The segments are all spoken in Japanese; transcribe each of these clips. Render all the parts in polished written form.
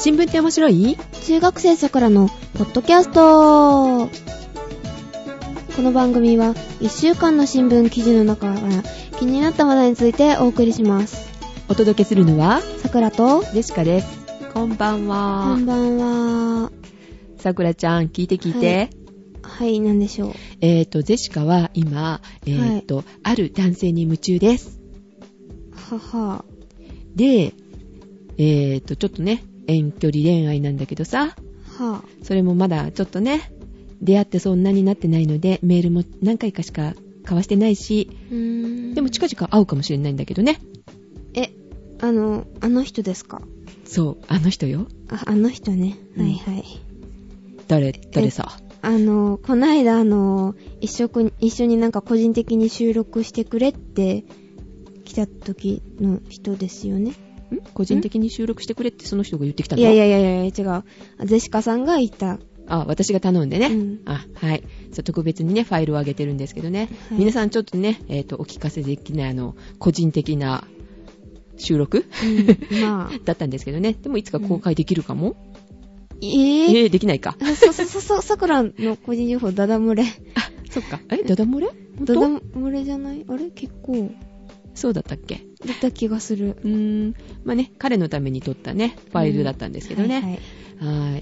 新聞って面白い？ 中学生さくらのポッドキャスト。この番組は1週間の新聞記事の中から気になった話題についてお送りします。 お届けするのはさくらとジェシカです。こんばんは。 こんばんは。 さくらちゃん、聞いて。 はい、何でしょう。 ジェシカは今、ある男性に夢中です。 はは。 で、ちょっとね、遠距離恋愛なんだけどさ、 はそれもまだちょっとね、出会ってそんなになってないので、メールも何回かしか交わしてないし、でも近々会うかもしれないんだけどね。 あの人ですか？ そう、あの人よ。 あの人ね。はいはい。 誰さ。 この間一緒になんか個人的に収録してくれって来た時の人ですよね。 個人的に収録してくれってその人が言ってきたの？ いや、違う。ジェシカさんが言った。 私が頼んでね。はい。特別にね、ファイルを上げてるんですけどね。はい、皆さんちょっとね、お聞かせできない個人的な収録、まあ、だったんですけどね。でもいつか公開できるかも。できないか。 さくらの個人情報ダダ漏れ。 そっか。ダダ漏れ？ ダダ漏れじゃない？あれ結構。 そうだったっけ？ だった気がする。 まあね、彼のために撮ったね、ファイルだったんですけどね。はい。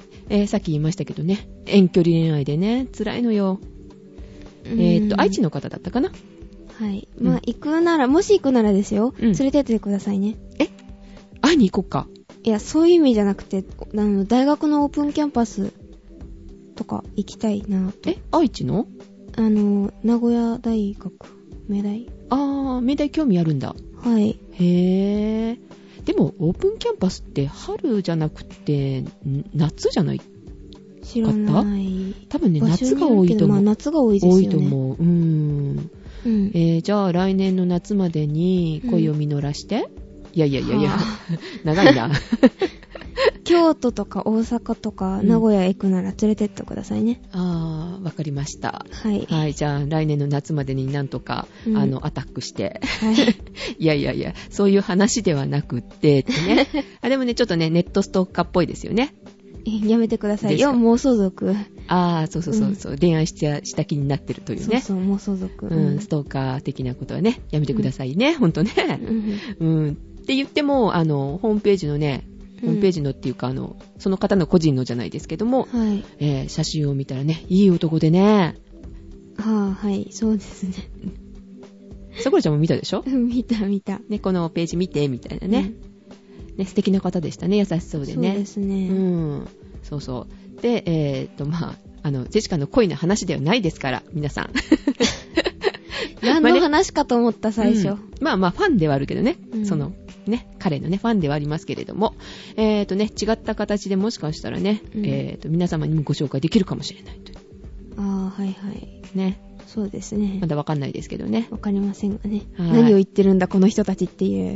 さっき言いましたけどね、遠距離恋愛でね、辛いのよ。愛知の方だったかな？ はい。まあ、もし行くならですよ。連れてってくださいね。 会いに行こうか。 いや、そういう意味じゃなくて、大学のオープンキャンパスとか行きたいなと。 愛知の？ 名古屋大学、明大。 明大興味あるんだ。 はい。 へー。でも、オープンキャンパスって春じゃなくて、夏じゃない？ 知らない。 多分ね、夏が多いと思う。 まあ、夏が多いですよね。 多いと思う。じゃあ、来年の夏までに恋を実らして、いや、長いな。 京都とか大阪とか名古屋へ行くなら連れてってくださいね。 わかりました。 はい。 はい、じゃあ来年の夏までになんとか、アタックして。 はい。 いや、そういう話ではなくってね。でもね、ちょっとね、ネットストーカーっぽいですよね。 やめてくださいよ、妄想族。 そう、恋愛した気になってるというね。 そう、妄想族。 ストーカー的なことはね、やめてくださいね、ほんとね。って言っても、ホームページのね、ホームページのっていうか、その方の個人のじゃないですけども、写真を見たらね、いい男でね。 はい、そうですね。 さくらちゃんも見たでしょ？ 見た。 ね、このページ見て、みたいなね。ね、素敵な方でしたね、優しそうでね。 そうですね。 そう。で、ジェシカの恋の話ではないですから、皆さん。 何の話かと思った、最初。 まあ、ファンではあるけどね、彼のね、ファンではありますけれども、違った形でもしかしたらね、皆様にもご紹介できるかもしれないという。 はい。 ね。 そうですね。 まだわかんないですけどね。 わかりませんがね。何を言ってるんだ、この人たちっていう。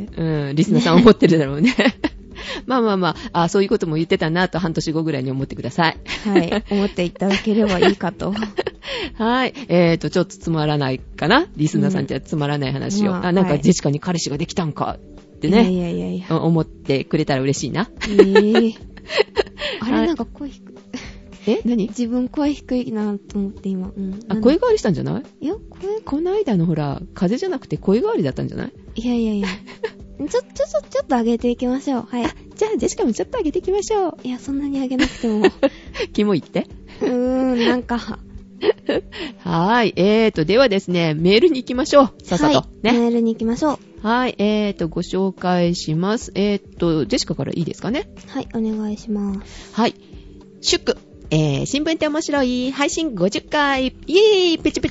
リスナーさん思ってるだろうね。まあ、そういうことも言ってたなと半年後ぐらいに思ってください。 はい。思っていただければいいかと。 はい。ちょっとつまらないかな？リスナーさんじゃつまらない話を。なんかジェシカに彼氏ができたんかってね。 いや。 思ってくれたら嬉しいな。 あれなんか声低い。 何？ 自分声低いなと思って今。 声変わりしたんじゃない？ いや、 この間のほら、風邪じゃなくて声変わりだったんじゃない？ いや。ちょっと上げていきましょう。はい。 じゃあ、ジェシカもちょっと上げていきましょう。 いや、そんなに上げなくても。 キモいって？ なんか。 はい。ではですね、メールに行きましょう。さっさと。ね。 メールに行きましょう。 はい。ご紹介します。ジェシカからいいですかね？ はい、お願いします。 はい。祝。新聞って面白い。配信50回。イエーイ！ペチ。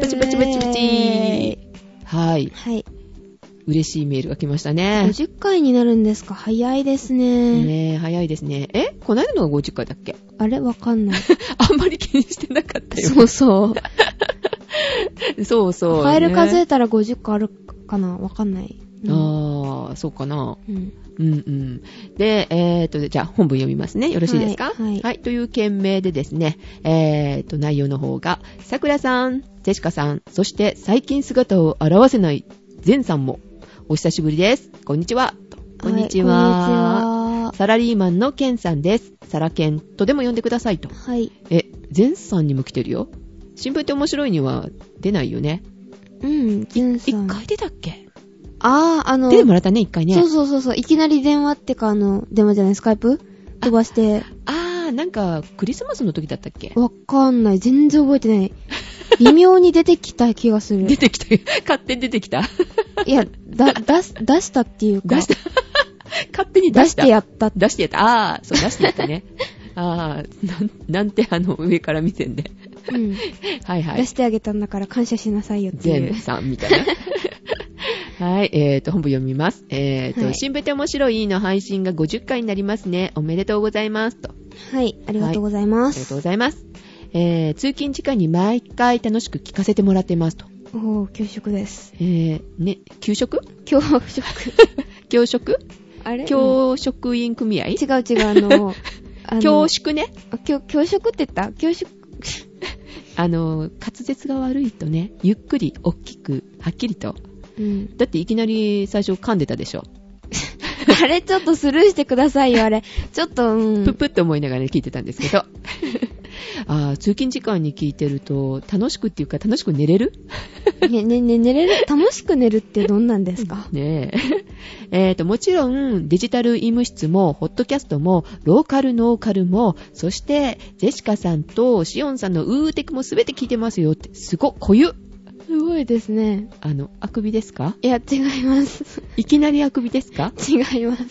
はい。 はい。 嬉しいメールが来ましたね。 50回になるんですか？早いですね。 ねえ、早いですね。こないだのが50回だっけ？ あれ？わかんない。 あんまり気にしてなかったよ。 そう。 そう。 ファイル数えたら50個あるかな？わかんない。 そうかな。で、じゃあ本文読みますね。よろしいですか？はい。という件名でですね、内容の方が、さくらさん、ジェシカさん、そして最近姿を現せないゼンさんも、お久しぶりです。こんにちは。 こんにちは。 は。 サラリーマンのケンさんです。サラケンとでも呼んでくださいと。 はい。 ゼンさんにも来てるよ。新聞って面白いには出ないよね。 うん、ゼンさん。 一回出たっけ？ 出てもらったね、一回ね。 そう。いきなり電話ってか、電話じゃない、スカイプ飛ばして。 なんか、クリスマスの時だったっけ？ わかんない。全然覚えてない。微妙に出てきた気がする。 出てきた。勝手に出てきた。 いや、出したっていうか。 出した。勝手に出した。 出してやった。 出してやった。そう、出してやったね。なんて上から見てんで。 うん。はいはい。出してあげたんだから感謝しなさいよっていう。 ゼンさんみたいな。はい、本部読みます。はい、新聞って面白いの配信が50回になりますね。おめでとうございますと。 はい、ありがとうございます。 ありがとうございます。通勤時間に毎回楽しく聞かせてもらってますと。 給食です。 給食教職。 教職あれ教職員組合違う。 教職ね。 教職って言った教職。 滑舌が悪いとね、ゆっくり、大きく、はっきりと。うん、だっていきなり最初噛んでたでしょ。 あれちょっとスルーしてくださいよ、あれ。ちょっと、 プップって思いながら、ね、聞いてたんですけど。通勤時間に聞いてると、楽しくっていうか、楽しく寝れる？ 寝れる？楽しく寝るってどんなんですか？ ねえ。もちろん、デジタル医務室も、ホットキャストも、ローカルノーカルも、そして、ジェシカさんとシオンさんのウーテクもすべて聞いてますよって、すごっ、濃ゆ。 すごいですね。 あくびですか？ いや、違います。 いきなりあくびですか？ 違います。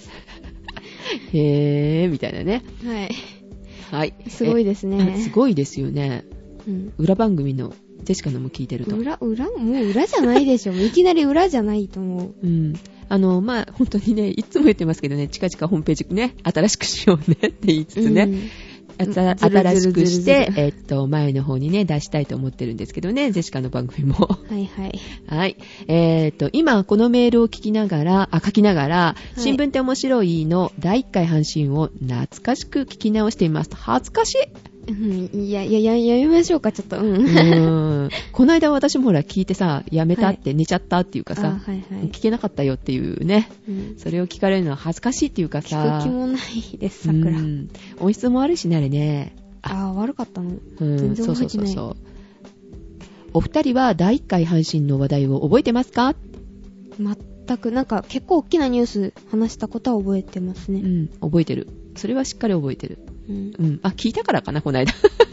へー、みたいなね。 はい。 はい。 すごいですね。 すごいですよね。 うん。 裏番組のジェシカのも聞いてると。 もう裏じゃないでしょ。いきなり裏じゃないと思う。 うん。本当にね、いつも言ってますけどね、近々ホームページね、新しくしようねって言いつつね。新しくして、前の方にね、出したいと思ってるんですけどね、ジェシカの番組も。 はいはい。 はい。今、このメールを書きながら、はい、新聞って面白いの第1回配信を懐かしく聞き直しています。恥ずかしい。 やめましょうか、ちょっと。 この間私もほら聞いてさ、やめたって、寝ちゃったっていうかさ、聞けなかったよっていうね、それを聞かれるのは恥ずかしいっていうかさ、 聞く気もないです、桜。 音質も悪いしね、あれね。 悪かったの。全然覚えてない。そう。 お二人は第1回配信の話題を覚えてますか？ 全く、なんか結構大きなニュース話したことは覚えてますね。 覚えてる。それはしっかり覚えてる。聞いたからかな、この間。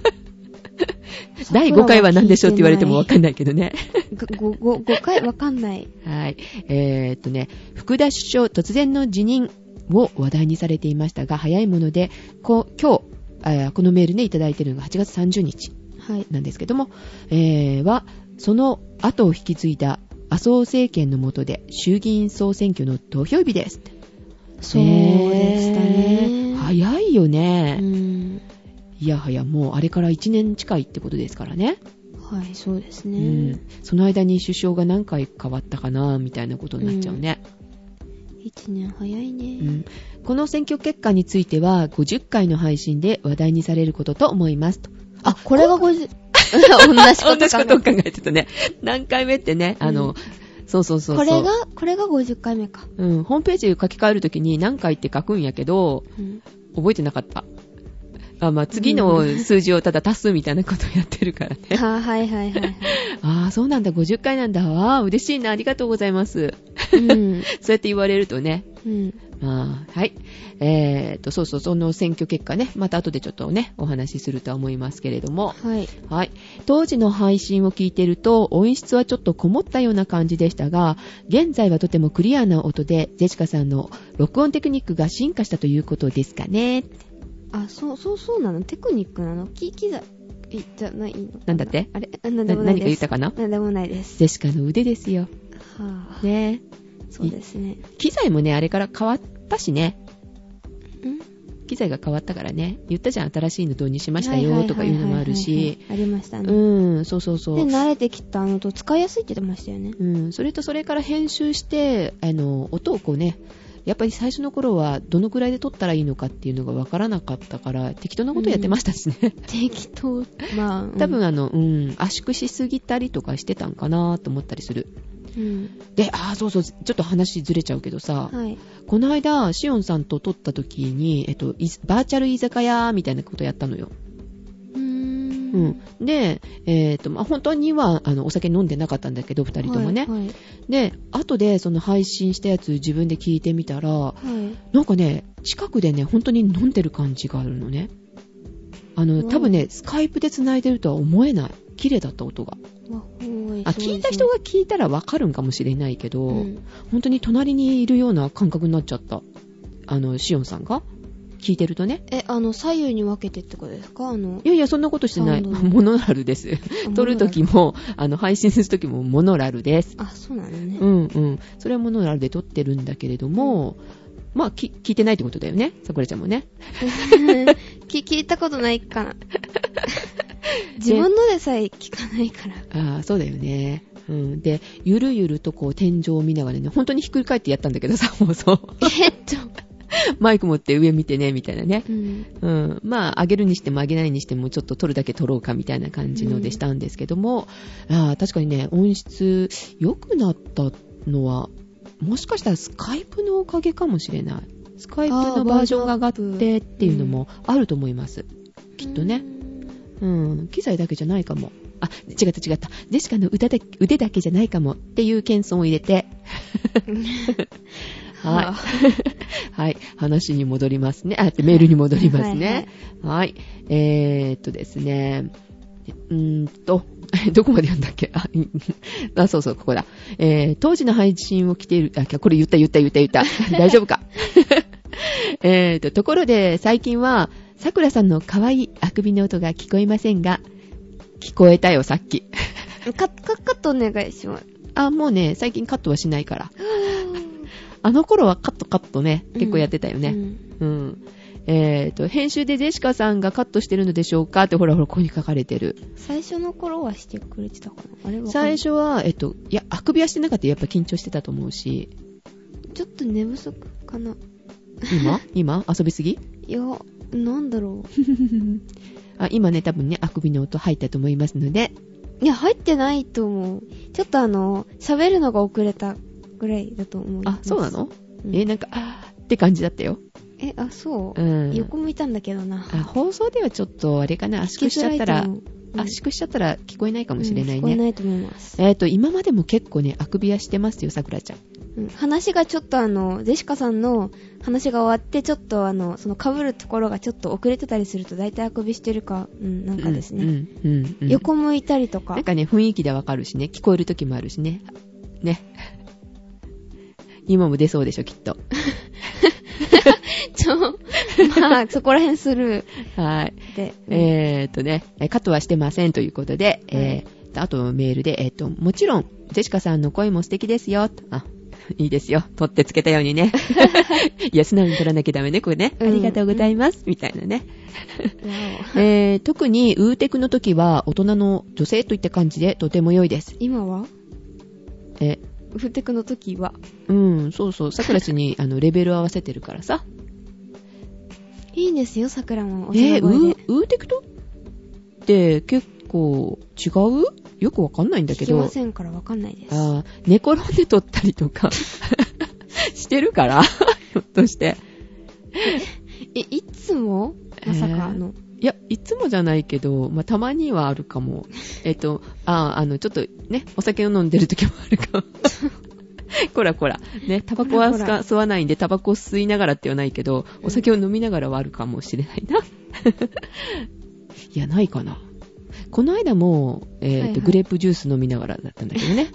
第5回は何でしょうって言われてもわかんないけどね。 5回わかんない。 はい。福田首相突然の辞任を話題にされていましたが、早いもので、今日、このメールね、いただいているのが8月30日なんですけども、その後を引き継いだ麻生政権の下で衆議院総選挙の投票日です。 そうでしたね。 早いよね。いやはやもうあれから1年近いってことですからね。 はい、そうですね。 その間に首相が何回変わったかなみたいなことになっちゃうね。 1年早いね。 この選挙結果については50回の配信で話題にされることと思いますと。 これが50、同じことを考えてたね。何回目ってね、そう。 これが50回目か。 ホームページ書き換えるときに何回って書くんやけど、覚えてなかった。次の数字をただ足すみたいなことをやってるからね。 はい。 そうなんだ、50回なんだ。嬉しいな、ありがとうございます。そうやって言われるとね。はい。その選挙結果ね、また後でちょっとね、お話しするとは思いますけれども。はい。当時の配信を聞いてると、音質はちょっとこもったような感じでしたが、現在はとてもクリアな音で、ジェシカさんの録音テクニックが進化したということですかね。 そうなの？テクニックなの？機材じゃないの？ なんだって？ あれ？ 何か言ったかな？ なんでもないです。 ジェシカの腕ですよ。ね。 そうですね。 機材もね、あれから変わったしね。機材が変わったからね。言ったじゃん、新しいの導入しましたよとかいうのもあるし。 ありましたね。 そう。で、 慣れてきたのと使いやすいって言ってましたよね。 それから編集して、音をこうね、やっぱり最初の頃はどのくらいで撮ったらいいのかっていうのがわからなかったから適当なことやってましたしね。 適当。 多分圧縮しすぎたりとかしてたんかなと思ったりする。 で、そうそう、ちょっと話ずれちゃうけどさ、この間、しおんさんと撮った時に、バーチャル居酒屋みたいなことやったのよ。で、本当にはお酒飲んでなかったんだけど、二人ともね、で、後でその配信したやつ自分で聞いてみたら、なんかね、近くでね、本当に飲んでる感じがあるのね。多分ね、スカイプで繋いでるとは思えない。綺麗だった音が。聞いた人が聞いたらわかるんかもしれないけど、本当に隣にいるような感覚になっちゃった。しおんさんが聞いてるとね。 左右に分けてってことですか？ いやいや、そんなことしてない。モノラルです。撮るときも、配信するときもモノラルです。 そうなのね。 それはモノラルで撮ってるんだけれども、まあ、聞いてないってことだよね。さくらちゃんもね。 聞いたことないかな。自分のでさえ聞かないから。 そうだよね。で、ゆるゆるとこう天井を見ながらね、本当にひっくり返ってやったんだけどさ、放送。マイク持って上見てね、みたいなね。まあ、上げるにしても上げないにしても、ちょっと撮るだけ撮ろうか、みたいな感じのでしたんですけども、確かにね、音質良くなったのは、もしかしたらスカイプのおかげかもしれない。スカイプのバージョンが上がってっていうのもあると思います。きっとね。機材だけじゃないかも。違った。ジェシカの腕だけじゃないかもっていう謙遜を入れて。はい。話に戻りますね。メールに戻りますね。はい。ですね。どこまで読んだっけ？そう、ここだ。当時の配信を着ている、これ言った。大丈夫か？ところで、最近は、さくらさんの可愛いあくびの音が聞こえませんが、聞こえたよ、さっき。 カットお願いします。 もうね、最近カットはしないから。あの頃はカットね、結構やってたよね。編集でジェシカさんがカットしてるのでしょうかって、ほら、ここに書かれてる。 最初の頃はしてくれてたかな？ 最初は、いや、あくびはしてなかった。やっぱ緊張してたと思うし。 ちょっと寝不足かな。 今遊びすぎ？ いや、なんだろう。 今ね、多分ね、あくびの音入ったと思いますので。 いや、入ってないと思う。ちょっと喋るのが遅れたぐらいだと思います。 そうなの？なんか、って感じだったよ。 そう。横向いたんだけどな。 放送ではちょっと、あれかな、圧縮しちゃったら聞こえないかもしれないね。聞こえないと思います。 今までも結構ね、あくびはしてますよ、さくらちゃん。 話がちょっとジェシカさんの話が終わって、ちょっとその被るところがちょっと遅れてたりすると、だいたいあくびしてるか、なんかですね。横向いたりとか。 なんかね、雰囲気でわかるしね、聞こえる時もあるしね。ね。今も出そうでしょ、きっと。 まあ、そこら辺する。 はい。で、カットはしてませんということで、あとメールで、もちろん、ジェシカさんの声も素敵ですよ。いいですよ。取ってつけたようにね。いや、素直に取らなきゃダメね、これね。ありがとうございます。みたいなね。特に、ウーテクの時は、大人の女性といった感じで、とても良いです。 今は？ウーテクの時は？ そう。さくらちに、レベル合わせてるからさ。 いいんですよ、さくらも。ウーテクとって結構違う？よくわかんないんだけど。 聞きませんからわかんないです。 寝転んで撮ったりとかしてるからひょっとして。 いつも？まさかいや、いつもじゃないけど、まあ、たまにはあるかも。ちょっとね、お酒を飲んでる時もあるかも。こら。ね、タバコは吸わないんで、タバコを吸いながらってはないけど、お酒を飲みながらはあるかもしれないな。いや、ないかな。この間も、グレープジュース飲みながらだったんだけどね。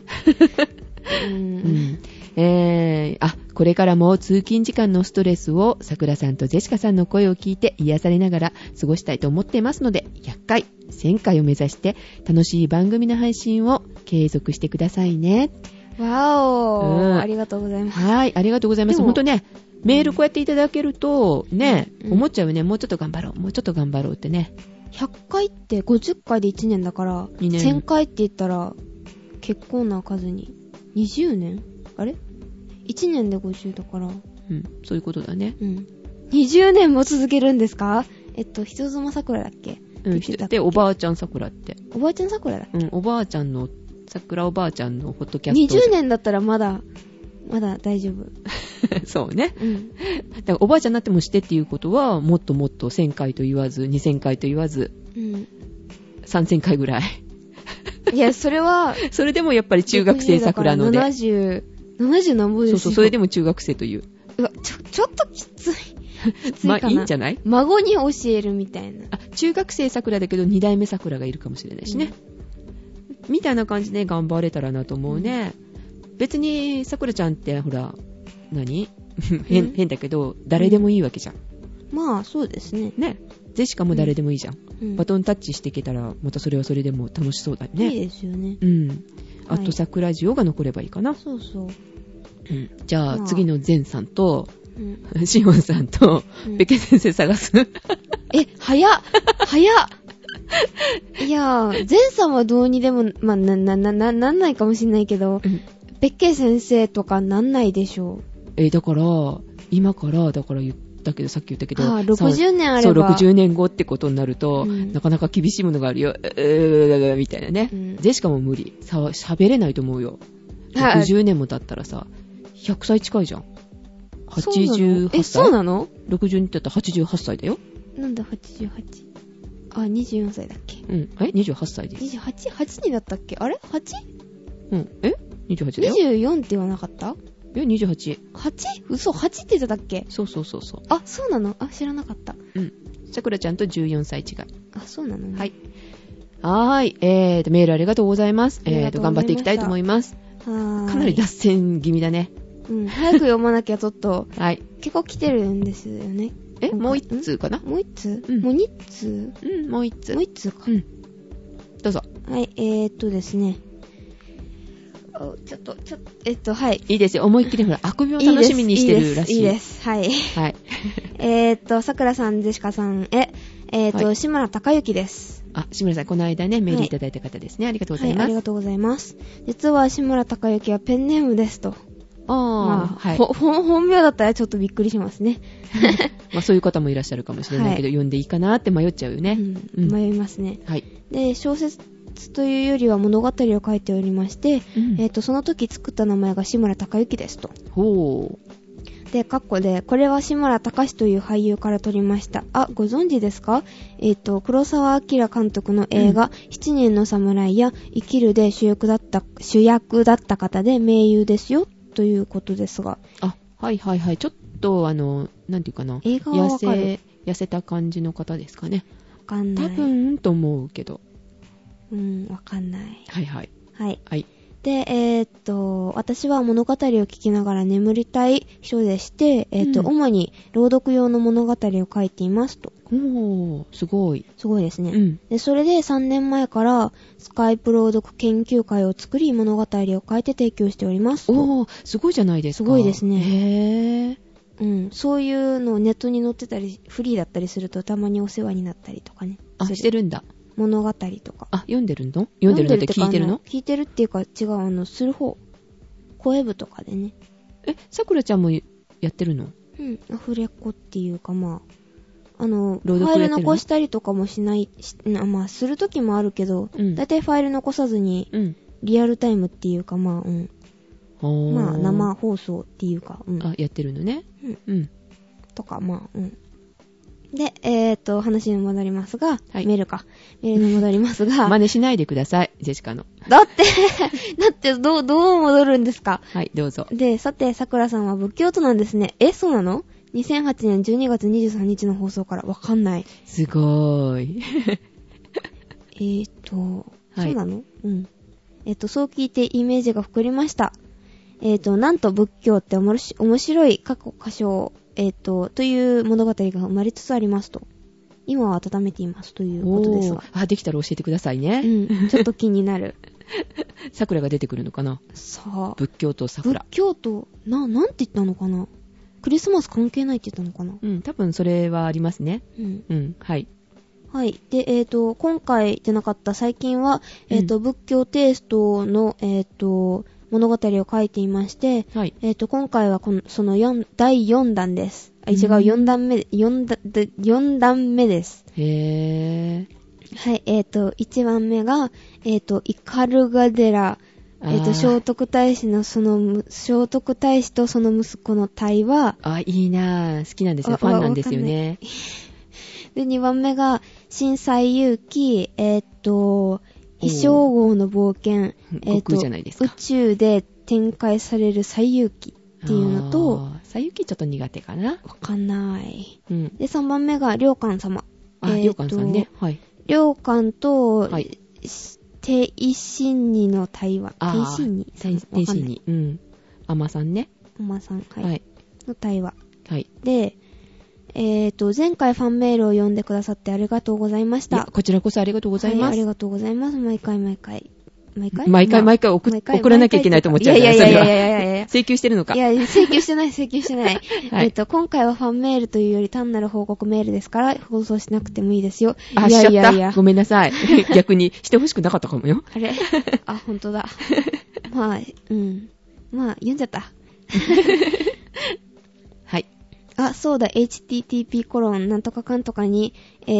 これからも通勤時間のストレスをさくらさんとジェシカさんの声を聞いて癒されながら過ごしたいと思っていますので、100回、1000回を目指して楽しい番組の配信を継続してくださいね。 わお、ありがとうございます。 はい、ありがとうございます。本当ね、メールこうやっていただけるとね、思っちゃうね。もうちょっと頑張ろうってね。 100回って50回で1年だから、1000回って言ったら結構な数に。20年？あれ？ 1 年で50だから。 そういうことだね。 20年も続けるんですか？人妻桜だっけ？ で、おばあちゃん桜って。 おばあちゃん桜だっけ？ おばあちゃんの桜おばあちゃんのポッドキャスト。 20年だったらまだ大丈夫。 そうね。だからおばあちゃんになってもしてっていうことは、もっともっと1000回と言わず、2000回と言わず、3000回ぐらい。 いや、それは、 それでもやっぱり中学生桜ので。 70何本ですよ。 そう、それでも中学生という。 うわ、ちょっときつい。 まあいいんじゃない？ 孫に教えるみたいな。 中学生桜だけど2代目桜がいるかもしれないしね。みたいな感じで頑張れたらなと思うね。別に桜ちゃんってほら、変だけど、誰でもいいわけじゃん。 まあ、そうですね。 ね。ジェシカも誰でもいいじゃん。バトンタッチしていけたら、またそれはそれでも楽しそうだよね。 いいですよね。 あと桜ジオが残ればいいかな。 そうそう。 じゃあ、次のゼンさんと、シオンさんと、ペケ先生探す。 早っいやー、ゼンさんはどうにでも、まあ、なんないかもしんないけど、ペッケ先生とかなんないでしょう。だから、今から、だから言ったけど、さっき言ったけど、 60年あれば。 そう、60年後ってことになると、なかなか厳しいものがあるよ。みたいなね。ジェシカも無理。喋れないと思うよ。60年も経ったらさ、100歳近いじゃん。88歳。 そうなの？ 60年経ったら88歳だよ。 なんだ、88。24歳だっけ ？28歳です。 8になったっけ？あれ 8？ 28だよ。 24って言わなかった？ 28。 8？ 嘘、8って言ってたっけ？ そう。 あ、そうなの？知らなかった。 さくらちゃんと14歳違い。 あ、そうなのね。 はい。メールありがとうございます。頑張っていきたいと思います。かなり脱線気味だね。 早く読まなきゃちょっと。 はい。 結構来てるんですよね。 もう1通かな？ もう1通？もう2通？ もう1通。 もう1通か。 どうぞ。 はい、ですね。はい。 いいですよ。思いっきりほら、あくびを楽しみにしてるらしい。 いいです。はい。 はい。 さくらさん、ジェシカさん志村隆之です。 志村さん、この間ね、メールいただいた方ですね。ありがとうございます。 ありがとうございます。実は志村隆之はペンネームですと。 はい。 本名だったらちょっとびっくりしますね。 そういう方もいらっしゃるかもしれないけど、読んでいいかなって迷っちゃうよね。 迷いますね。 はい。 で、小説というよりは物語を書いておりまして、その時作った名前が志村隆之ですと。 ほう。 で、括弧で、これは志村隆という俳優から取りました。ご存知ですか？黒澤明監督の映画、7人の侍や生きるで主役だった方で名優ですよ、ということですが。 はい。ちょっと、なんていうかな。 映画はわかる。 痩せた感じの方ですかね。 わかんない。 多分、と思うけど。 わかんない。 はい。 で、私は物語を聞きながら眠りたい人でして、主に朗読用の物語を書いていますと。 すごい。 すごいですね。で、それで3年前からスカイプ朗読研究会を作り物語を書いて提供しておりますと。 すごいじゃないですか。 すごいですね。 へー。そういうのをネットに載ってたり、フリーだったりするとたまにお世話になったりとかね。 してるんだ。 物語とか。 読んでるの？読んでるのって聞いてるの？ 聞いてるっていうか違う、する方。声部とかでね。 さくらちゃんもやってるの？ アフレコっていうかファイル残したりとかもしない、するときもあるけど、だいたいファイル残さずに、リアルタイムっていうか生放送っていうか、 やってるのね。 とか、で、話に戻りますが、メールに戻りますが。 真似しないでください、ジェシカの。 だって、どう戻るんですか？ はい、どうぞ。 で、さて、さくらさんは仏教徒なんですね。そうなの？ 2008 年12月23日の放送からわかんない。 すごーい。 そうなの？そう聞いてイメージが膨りました。なんと仏教って面白い過去歌唱、という物語が生まれつつありますと。今は温めていますということですが。 できたら教えてくださいね。 ちょっと気になる。 桜が出てくるのかな？仏教と桜。 仏教と、なんて言ったのかな？クリスマス関係ないって言ったのかな？ 多分それはありますね。はい。 はい。で、今回じゃなかった最近は、仏教テイストの、物語を書いていまして、今回はその第4弾です。4段目です。 へー。 はい、1番目が、イカルガデラ、聖徳太子とその息子の対話。 いいなぁ。好きなんですよ。ファンなんですよね。 で、2番目が、新西遊記、飛翔号の冒険、 じゃないですか。 宇宙で展開される西遊記っていうのと、 西遊記ちょっと苦手かな。 わかんない。 うん。 で、3番目が、良寛様。 良寛さんね。はい。 良寛と、 はい。 天心にの対話。天心に。 天心に。うん。甘さんね。 甘さん。はい。 はい、 の対話。 はい。 で、前回ファンメールを読んでくださってありがとうございました。 こちらこそありがとうございます。 はい、ありがとうございます。毎回送らなきゃいけないと思っちゃうから、それは。いや。請求してるのか。 いや、請求してない。はい、今回はファンメールというより単なる報告メールですから、放送しなくてもいいですよ。 しちゃった。ごめんなさい。逆にしてほしくなかったかもよ。 あれほんとだ。まあ、読んじゃった。 はい。 そうだ、http:// なんとかかんとかに、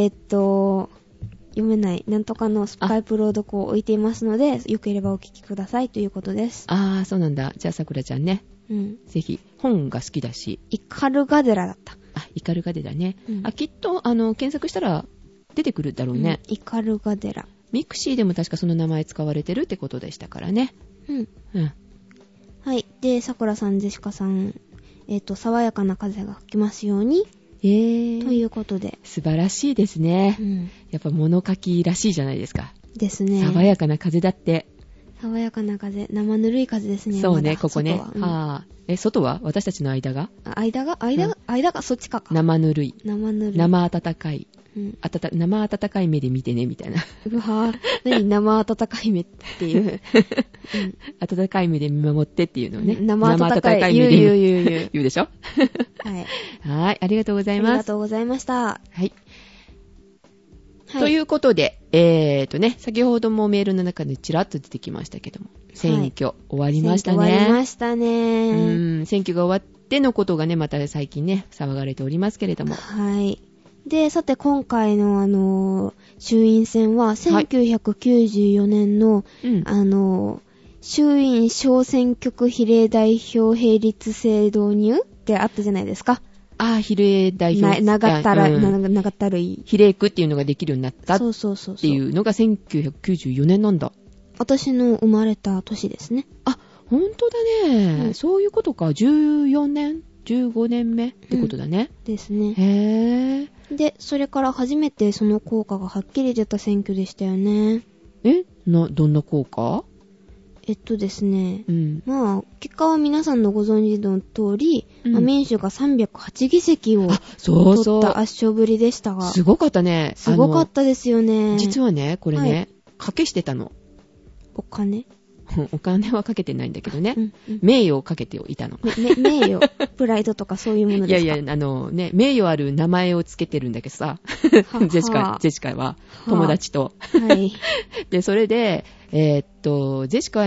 読めない、なんとかのスカイプ朗読を置いていますので、よければお聞きくださいということです。 そうなんだ。じゃあ、さくらちゃんね。うん。ぜひ、本が好きだし。 イカルガデラだった。 イカルガデラね。うん、きっと、検索したら出てくるだろうね。 イカルガデラ。 ミクシーでも確かその名前使われてるってことでしたからね。 うん。はい。で、さくらさん、ジェシカさん、爽やかな風が吹きますように。ということで。 素晴らしいですね。うん、やっぱ物書きらしいじゃないですか。 ですね。 爽やかな風だって。 爽やかな風。生ぬるい風ですね。 そうね、ここね。外は私たちの間が間がそっちか。 生ぬるい。 生温かい。生温かい目で見てね、みたいな。 うわぁ、何生温かい目っていう。 温かい目で見守ってっていうのをね。 生温かい目で言うでしょはい。 はい、ありがとうございます。 ありがとうございました。 はい。ということで、先ほどもメールの中でちらっと出てきましたけども、選挙終わりましたね。 終わりましたね。 選挙が終わってのことがね、また最近ね、騒がれておりますけれども。 はい。で、さて今回の衆院選は、1994年の、衆院小選挙区比例代表並立制導入ってあったじゃないですか。 比例代表。 長ったるい。 比例区っていうのができるようになったっていうのが1994年なんだ。 私の生まれた年ですね。 ほんとだね、そういうことか。14年15年目ってことだね。 ですね。 へー。 で、それから初めてその効果がはっきり出た選挙でしたよね。 どんな効果？ ですね。結果は皆さんのご存知の通り、民主が308議席を取った圧勝ぶりでしたが。 すごかったね。 すごかったですよね。 実はね、これね、賭けしてたの。 お金はかけてないんだけどね。名誉をかけていたの。 名誉プライドとかそういうものですか？ いや、名誉ある名前をつけてるんだけどさ。ジェシカは、友達と。 はい。 で、それで、ジェシカは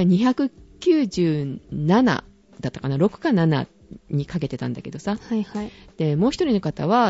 297だったかな ?6 か7にかけてたんだけどさ。 はいはい。 で、もう一人の方は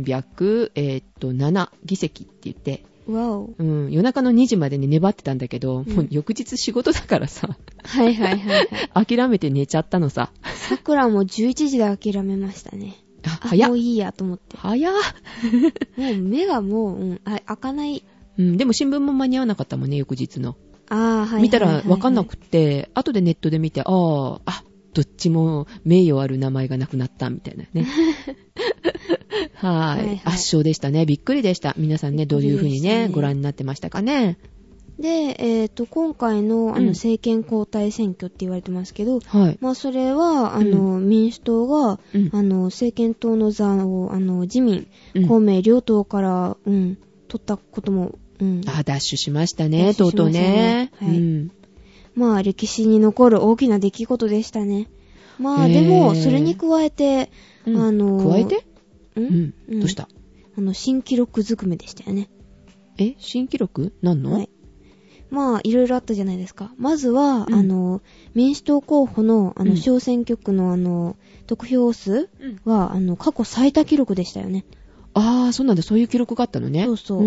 307議席って言って、夜中の2時までに粘ってたんだけど、もう翌日仕事だからさ。 はいはいはい、 諦めて寝ちゃったのさ。 桜も11時で諦めましたね。 早っ。 もういいやと思って。 早っ。 もう目がもう、開かない。 でも新聞も間に合わなかったもんね、翌日の。 はい。 見たら分かんなくって、後でネットで見て、どっちも名誉ある名前がなくなったみたいなね。はい。圧勝でしたね。びっくりでした。皆さんね、どういう風にね、ご覧になってましたかね。 で、今回の政権交代選挙って言われてますけど、それは、民主党が、政権党の座を、自民、公明両党から、取ったことも、 奪取しましたね、とうとうね。 歴史に残る大きな出来事でしたね。でも、それに加えて、 加えて？どうした？ 新記録ずくめでしたよね。 新記録？何の？ いろいろあったじゃないですか。まずは、民主党候補の、小選挙区の得票数は、過去最多記録でしたよね。 ああ、そうなんだ。そういう記録があったのね。 そうそう。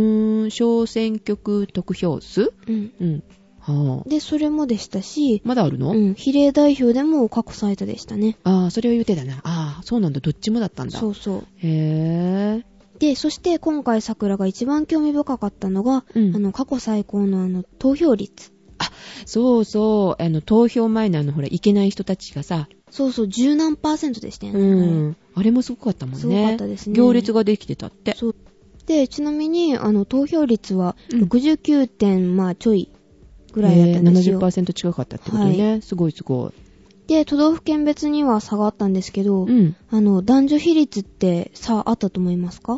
小選挙区得票数？ うん。 うん。はあ。 で、それもでしたし、 まだあるの？ 比例代表でも過去最多でしたね。 ああ、それは言うてだな。ああ、そうなんだ。どっちもだったんだ。 そうそう。 へえ。 で、そして今回桜が一番興味深かったのが、過去最高の投票率。 あ、そうそう。投票前のほら、いけない人たちがさ。 そうそう、10何%でしたよね。 あれもすごかったもんね。 すごかったですね。 行列ができてたって。 そう。で、ちなみに、投票率は69点、まあちょいぐらいだったんですよ。 70% 近かったってことね。はい、すごいすごい。 で、都道府県別には差があったんですけど、男女比率って差あったと思いますか？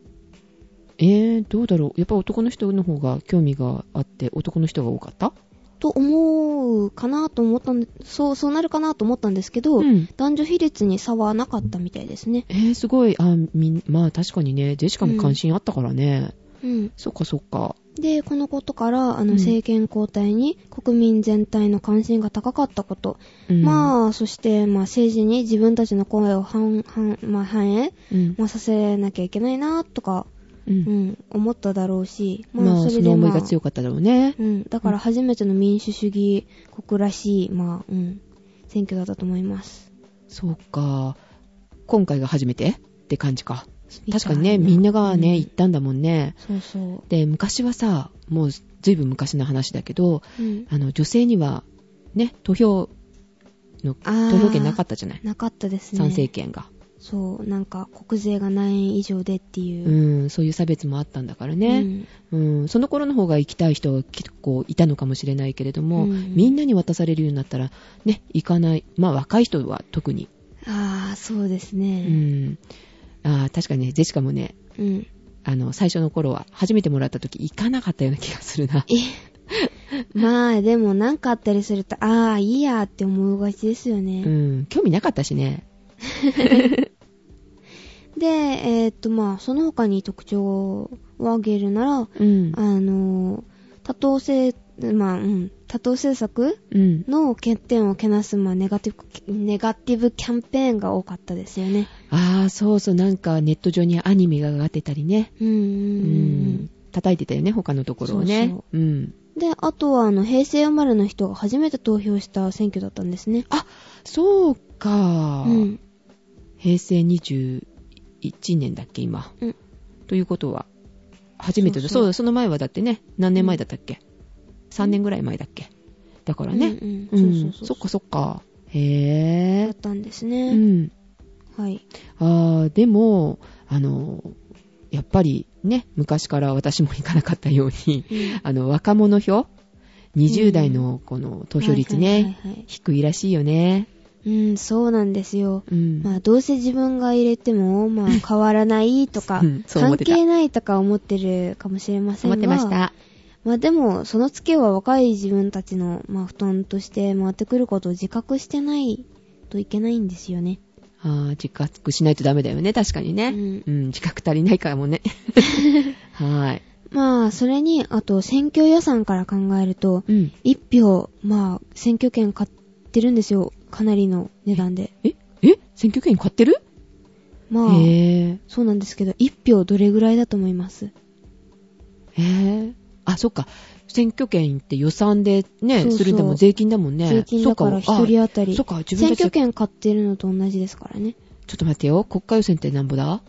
どうだろう。やっぱ男の人の方が興味があって、男の人が多かったと思うかなと思ったんで、そうなるかなと思ったんですけど、男女比率に差はなかったみたいですね。 すごい。まあ確かにね、ジェシカも関心あったからね。そっかそっか。 で、このことから、政権交代に国民全体の関心が高かったこと。まあ、そして、まあ、政治に自分たちの声を反映、させなきゃいけないな、とか、思っただろうし、 まあ、それでその思いが強かっただろうね。 だから初めての民主主義国らしい、選挙だったと思います。 そうか。今回が初めてって感じか。確かにね、みんながね、行ったんだもんね。 そうそう。 で、昔はさ、もうずいぶん昔の話だけど、女性には、ね、投票権なかったじゃない。 なかったですね。 参政権が。 そう、なんか国税が何円以上でっていう。そういう差別もあったんだからね。その頃の方が行きたい人は結構いたのかもしれないけれども、みんなに渡されるようになったら、ね、行かない。まあ若い人は特に。 ああ、そうですね。 確かにね、ジェシカもね、最初の頃は初めてもらった時行かなかったような気がするな。 まあでもなんかあったりすると、いいやって思うがちですよね。 興味なかったしね。 で、まあその他に特徴を挙げるなら、多党政策の欠点をけなす、ネガティブキャンペーンが多かったですよね。 そうそう、なんかネット上にアニメが上がってたりね。叩いてたよね、他のところをね。で、あとは平成生まれの人が初めて投票した選挙だったんですね。 そうか。平成21年だっけ、今。ということは、初めてだ。そうだ、その前はだってね、何年前だったっけ？3年ぐらい前だっけ？だからね。そっかそっか。へぇー。 だったんですね。はい。 でも、やっぱりね、昔から私も行かなかったように、若者票 ?20 代のこの投票率ね、低いらしいよね。 そうなんですよ。まあ、どうせ自分が入れても、まあ、変わらないとか、関係ないとか思ってるかもしれませんが。 思ってました。 まあでも、そのツケは若い自分たちの、負担として回ってくることを自覚してないといけないんですよね。 自覚しないとダメだよね、確かにね。自覚足りないからもね。はい。 まあ、それに、あと、選挙予算から考えると、1票、選挙権買ってるんですよ。かなりの値段で。 選挙権買ってる？ そうなんですけど、1票どれぐらいだと思います？ そっか。選挙権って予算でね、するでも税金だもんね。 税金だから一人当たり。 そっか、自分選挙権買ってるのと同じですからね。 ちょっと待ってよ。国家予算ってなんぼだ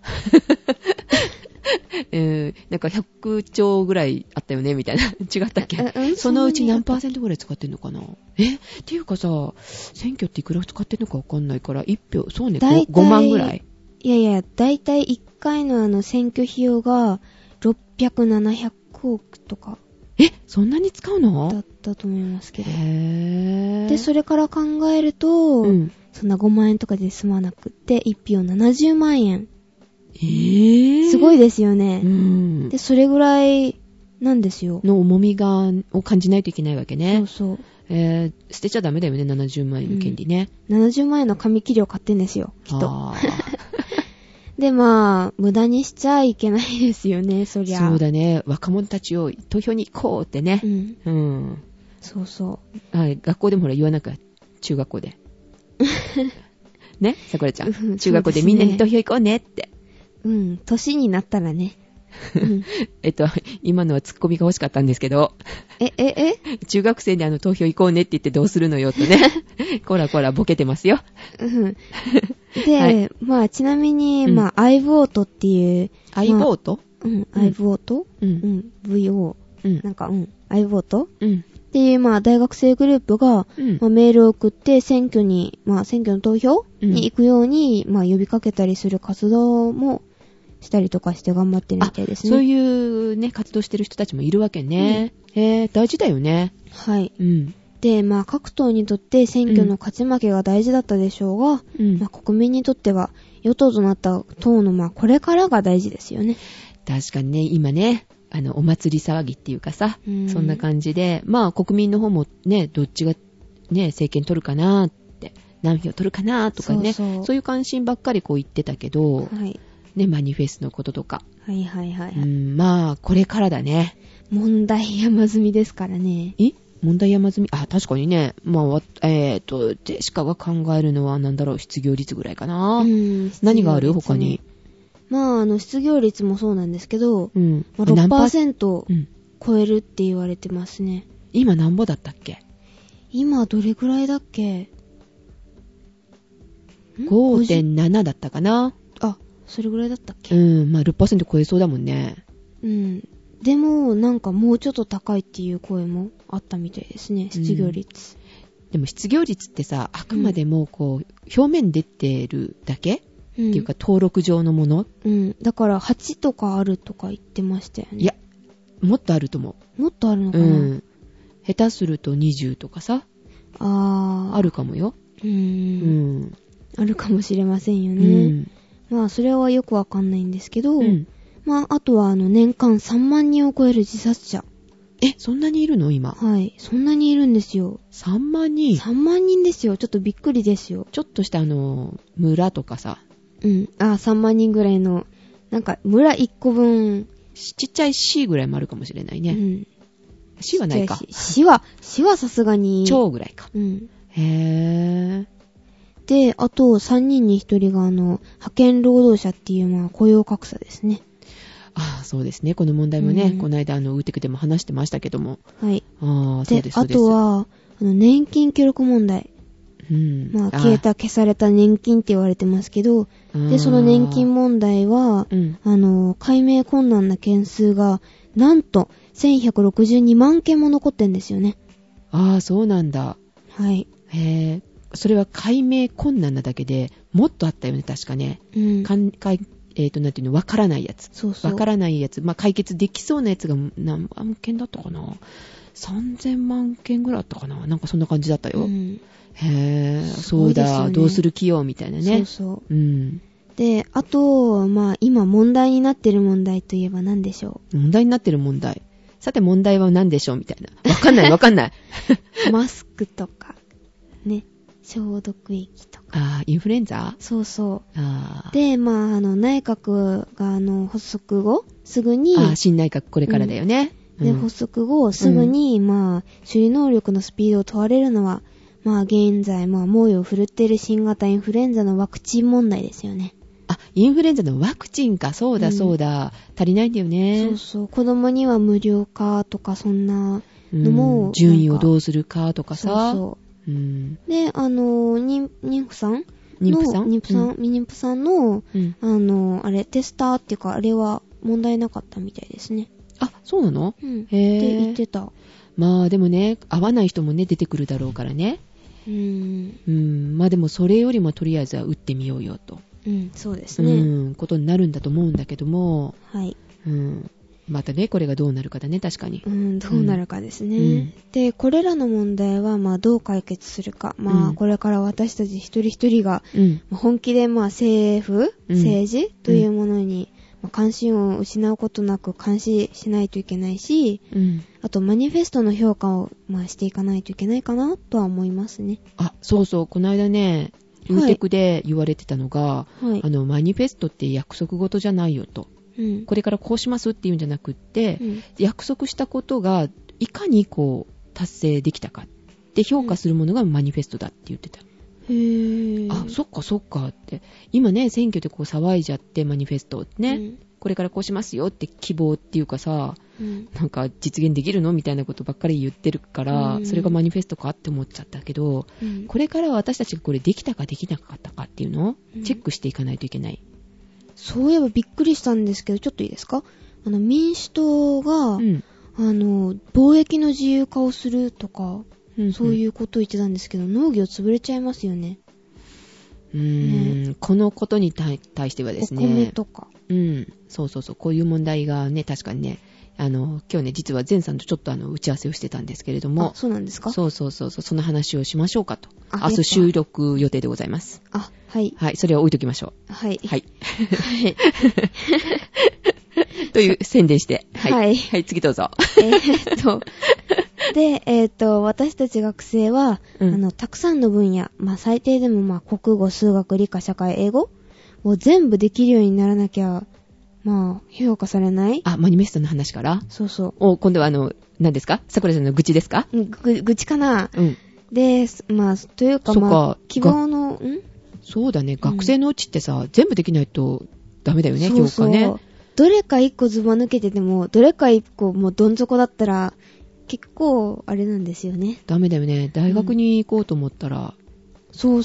なんか100兆ぐらいあったよねみたいな。違ったっけ？そのうち何%ぐらい使ってんのかな？っていうかさ、選挙っていくら使ってんのかわかんないから、1票、そうね、5万ぐらい。 いや、だいたい1回の選挙費用が600、700億とか。 そんなに使うの？ だったと思いますけど。で、それから考えると、そんな5万円とかで済まなくって、1票70万円。すごいですよね。で、それぐらいなんですよ。 の重みを感じないといけないわけね。 そう。 捨てちゃダメだよね、70万円の権利ね。 70万円の紙切りを買ってんですよ、きっと。で、無駄にしちゃいけないですよね、そりゃ。 そうだね。若者たちを投票に行こうってね。 そうそう。 学校でもほら言わなきゃ、中学校で。ね、さくらちゃん。中学校でみんなに投票行こうねって。 年になったらね。 今のはツッコミが欲しかったんですけど。中学生で投票行こうねって言ってどうするのよとね。こらこらボケてますよ。 で、はい、まあちなみに、まあ、iVote っていう。 iVote？ iVote？VO。なんか、iVote？っていう、まあ大学生グループが、まあ、メールを送って選挙の投票に行くように、まあ呼びかけたりする活動も、したりとかして頑張ってるみたいですね。 そういうね、活動してる人たちもいるわけね。大事だよね。 はい。で、まあ、各党にとって選挙の勝ち負けが大事だったでしょうが、まあ、国民にとっては、与党となった党の、まあ、これからが大事ですよね。 確かにね、今ね、お祭り騒ぎっていうかさ、そんな感じで、まあ、国民の方もね、どっちがね、政権取るかなって、何票取るかなとかね、そういう関心ばっかりこう言ってたけど、はい。ね、マニフェストのこととか。まあ、これからだね。 問題山積みですからね。 問題山積み？確かにね。まあ、ジェシカが考えるのはなんだろう、失業率ぐらいかな。何がある？他に。 まあ、失業率もそうなんですけど、まあ、6% 超えるって言われてますね。 今何ぼだったっけ？ 今どれくらいだっけ？ 5.7 だったかな。 それぐらいだったっけ？ まあ 6% 超えそうだもんね。 でも、なんかもうちょっと高いっていう声もあったみたいですね、失業率。 でも失業率ってさ、あくまでもこう、表面出てるだけ、っていうか登録上のもの。 だから8とかあるとか言ってましたよね。 いや、もっとあると思う。もっとあるのかな？ 下手すると20とかさ。あるかもよ。 あるかもしれませんよね。まあ、それはよくわかんないんですけど、まあ、あとは年間3万人を超える自殺者。 そんなにいるの今？ はい、そんなにいるんですよ。 3万人 ?3 万人ですよ。ちょっとびっくりですよ。 ちょっとした村とかさ。 3万人ぐらいの、なんか、村1個分。 ちっちゃい市ぐらいもあるかもしれないね。市はないか。 市はさすがに。 町ぐらいか。へー。 で、あと3人に1人が派遣労働者っていう、まあ、雇用格差ですね。 そうですね。この問題もね、この間ウーテクでも話してましたけども。 はい。 そうです。 あとは、年金記録問題。まあ、消された年金って言われてますけど、で、その年金問題は、解明困難な件数が、なんと、1162万件も残ってんですよね。 そうなんだ。 はい。 へー。それは解明困難なだけでもっとあったよね、確かね。なんていうの、わからないやつ。わからないやつ。まあ、解決できそうなやつが何万件だったかな。3000万件ぐらいあったかな。なんかそんな感じだったよ。へぇ、そうだ、どうする気よ、みたいなね。で、あと、まあ、今問題になってる問題といえば何でしょう？問題になってる問題。さて問題は何でしょうみたいな。わかんない。 マスクとか、ね。消毒液とか。 インフルエンザ？ そう。で、まあ、内閣が発足後、すぐに。 新内閣これからだよね。 で、発足後、すぐに、まあ、処理能力のスピードを問われるのは、まあ、現在、まあ、猛威を振るっている新型インフルエンザのワクチン問題ですよね。 インフルエンザのワクチンか。そうだ。足りないんだよね。 そう。子供には無料化とか、そんなのも。 順位をどうするかとかさ。 で、妊婦さんの、あれ、テスターっていうか、あれは問題なかったみたいですね。 そうなの？ へぇ。って言ってた。 まあでもね、合わない人もね、出てくるだろうからね。まあでもそれよりもとりあえずは打ってみようよと。 そうですね。 ことになるんだと思うんだけども。 はい。 またね、これがどうなるかだね、確かに。 どうなるかですね。で、これらの問題は、まあ、どう解決するか。まあ、これから私たち一人一人が、本気で、まあ、政治というものに、関心を失うことなく監視しないといけないし、あと、マニフェストの評価を、まあ、していかないといけないかな、とは思いますね。 そう。この間ね、ウーテクで言われてたのが、マニフェストって約束事じゃないよと。これからこうしますっていうんじゃなくって、約束したことがいかにこう達成できたかって評価するものがマニフェストだって言ってた。 あ、そっかそっかって。今ね、選挙でこう騒いじゃってマニフェストってね、これからこうしますよって希望っていうかさ、なんか実現できるのみたいなことばっかり言ってるから、それがマニフェストかって思っちゃったけど、これから私たちがこれできたかできなかったかっていうのをチェックしていかないといけない。 そういえばびっくりしたんですけど、ちょっといいですか？民主党が、貿易の自由化をするとか、そういうことを言ってたんですけど、農業潰れちゃいますよね。 このことに対してはですね。 お米とか。 そうそうそう。こういう問題がね、確かにね、今日ね、実は前さんとちょっと打ち合わせをしてたんですけれども。 あ、そうなんですか？ そう、その話をしましょうかと。明日収録予定でございます。 あ、はい。 はい、それは置いときましょう。 はい。 はい。という宣伝して。はい。はい、次どうぞ。 で、私たち学生は、たくさんの分野、最低でも国語、数学、理科、社会、英語を全部できるようにならなきゃ、評価されない？ あ、マニフェストの話から？ そうそう。 今度は何ですか？さくらさんの愚痴ですか？ 愚痴かな？で、というか、希望の、 そうだね、学生のうちってさ、全部できないとダメだよね、評価ね。 どれか一個ズバ抜けてても、どれか一個もうどん底だったら、結構、あれなんですよね。 ダメだよね。大学に行こうと思ったら。 そう。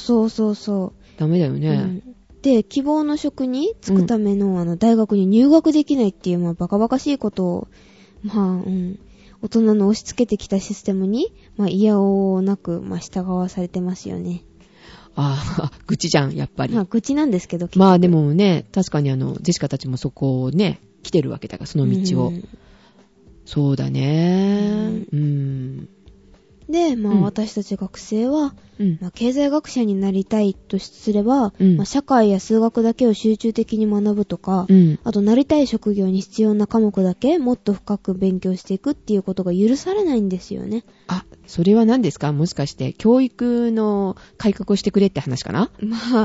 ダメだよね。 で、希望の職に就くための、大学に入学できないっていう、バカバカしいことを、大人の押し付けてきたシステムに、嫌おなく、従わされてますよね。 ああ、愚痴じゃん、やっぱり。 愚痴なんですけど。 でもね、確かにジェシカたちもそこをね、来てるわけだから、その道を。そうだね。で、私たち学生は、経済学者になりたいとすれば、社会や数学だけを集中的に学ぶとか、あとなりたい職業に必要な科目だけもっと深く勉強していくっていうことが許されないんですよね。あ、それは何ですか？もしかして教育の改革をしてくれって話かな？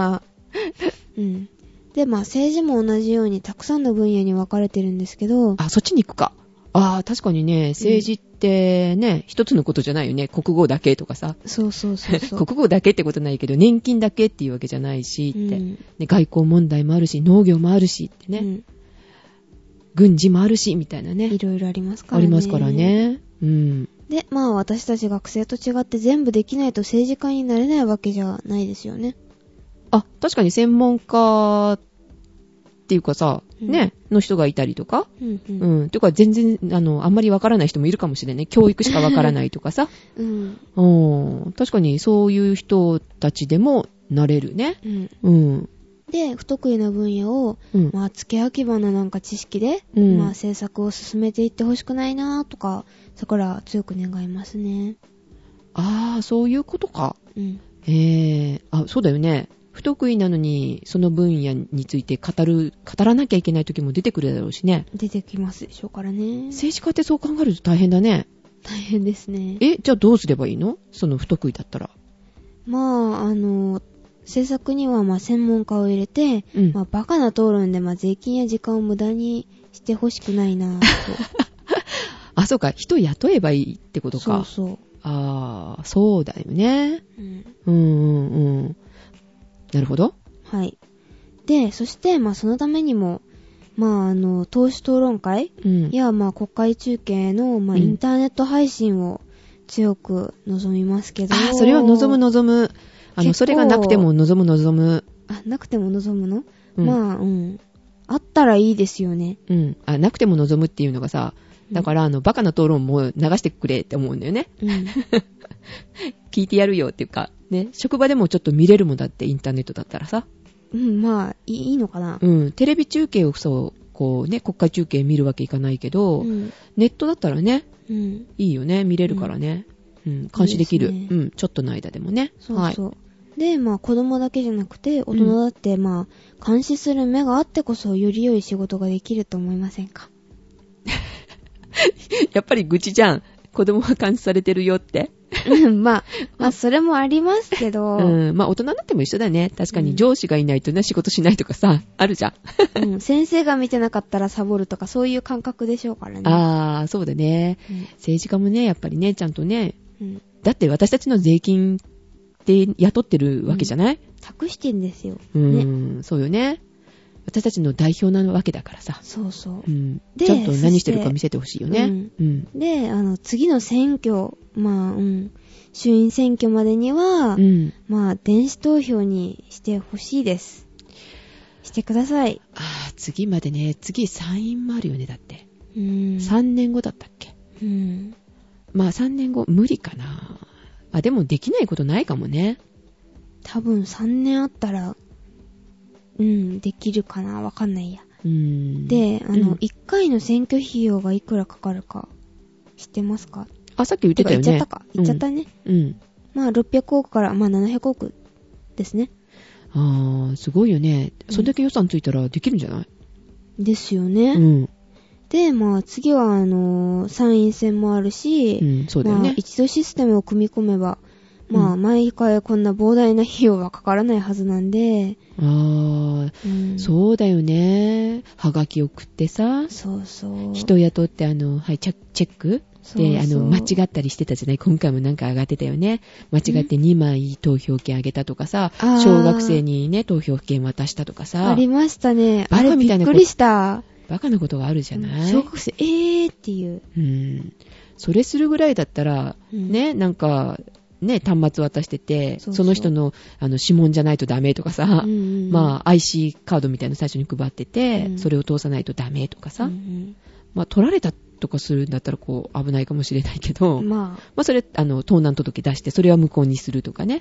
で、政治も同じようにたくさんの分野に分かれてるんですけど、 あ、そっちに行くか。ああ、確かにね、政治ってね、一つのことじゃないよね。国語だけとかさ。 そう。 国語だけってことないけど、年金だけっていうわけじゃないし、って。ね、外交問題もあるし、農業もあるし、ってね。軍事もあるし、みたいなね。 いろいろありますからね。 ありますからね。 で、私たち学生と違って全部できないと政治家になれないわけじゃないですよね。 あ、確かに専門家っていうかさ、ね、の人がいたりとか、ていうか全然、あんまりわからない人もいるかもしれない。教育しかわからないとかさ。確かにそういう人たちでもなれるね。で、不得意な分野を、付け焼き場のなんか知識で、政策を進めていってほしくないなとか、そこから強く願いますね。 ああ、そういうことか。あ、そうだよね。不得意なのに、その分野について語らなきゃいけない時も出てくるだろうしね。 出てきますでしょうからね。 政治家ってそう考えると大変だね。 大変ですね。 じゃあどうすればいいの？その不得意だったら。 政策には専門家を入れて、バカな討論で税金や時間を無駄にしてほしくないなぁと。 あ、そうか。人雇えばいいってことか。 そう。 ああ、そうだよね。なるほど。 はい。で、そして、そのためにも、党首討論会、や、国会中継の、インターネット配信を強く望みますけど。 あ、それは望む。それがなくても望む。 あ、なくても望むの？あったらいいですよね。 あ、なくても望むっていうのがさ、だから、バカな討論も流してくれって思うんだよね。聞いてやるよっていうか、ね、職場でもちょっと見れるもんだって、インターネットだったらさ。 いいのかな。 テレビ中継をこうね、国会中継見るわけいかないけど、ネットだったらね、いいよね、見れるからね。監視できる。いいですね。ちょっとの間でもね。 そう。はい、で、子供だけじゃなくて、大人だって、監視する目があってこそ、より良い仕事ができると思いませんか？ やっぱり愚痴じゃん。子供が監視されてるよって。 それもありますけど。 大人になっても一緒だね。確かに上司がいないとね、仕事しないとかさ、あるじゃん。先生が見てなかったらサボるとか、そういう感覚でしょうからね。 ああ、そうだね。政治家もね、やっぱりね、ちゃんとね。だって私たちの税金で雇ってるわけじゃない？ 託してんですよ。 ね、そうよね。私たちの代表なわけだからさ。 そうそう。 ちゃんと何してるか見せてほしいよね。 で、次の選挙、衆院選挙までには、電子投票にしてほしいです。してください。 次までね、次参院もあるよね、だって。3年後だったっけ。3年後、無理かな。でもできないことないかもね。 多分3年あったら、できるかな、わかんないや。で、1回の選挙費用がいくらかかるか、知ってますか？ さっき言ってたよね。 言っちゃったか。言っちゃったね。600億から、700億ですね。 すごいよね。それだけ予算ついたらできるんじゃない？ ですよね。で、次は、参院選もあるし、 そうだよね。 一度システムを組み込めば、毎回こんな膨大な費用はかからないはずなんで。そうだよね。はがき送ってさ。 そうそう。 人雇ってチェックで、間違ったりしてたじゃない？今回もなんか上がってたよね。間違って2枚投票券あげたとかさ、小学生にね、投票券渡したとかさ。 ありましたね。あれびっくりした。 バカなことがあるじゃない？ 小学生、っていう。 それするぐらいだったら、ね、なんか、ね、端末渡してて、その人の、指紋じゃないとダメとかさ、IC カードみたいなの最初に配ってて、それを通さないとダメとかさ、取られたとかするんだったら、危ないかもしれないけど、それ、盗難届出して、それは無効にするとかね。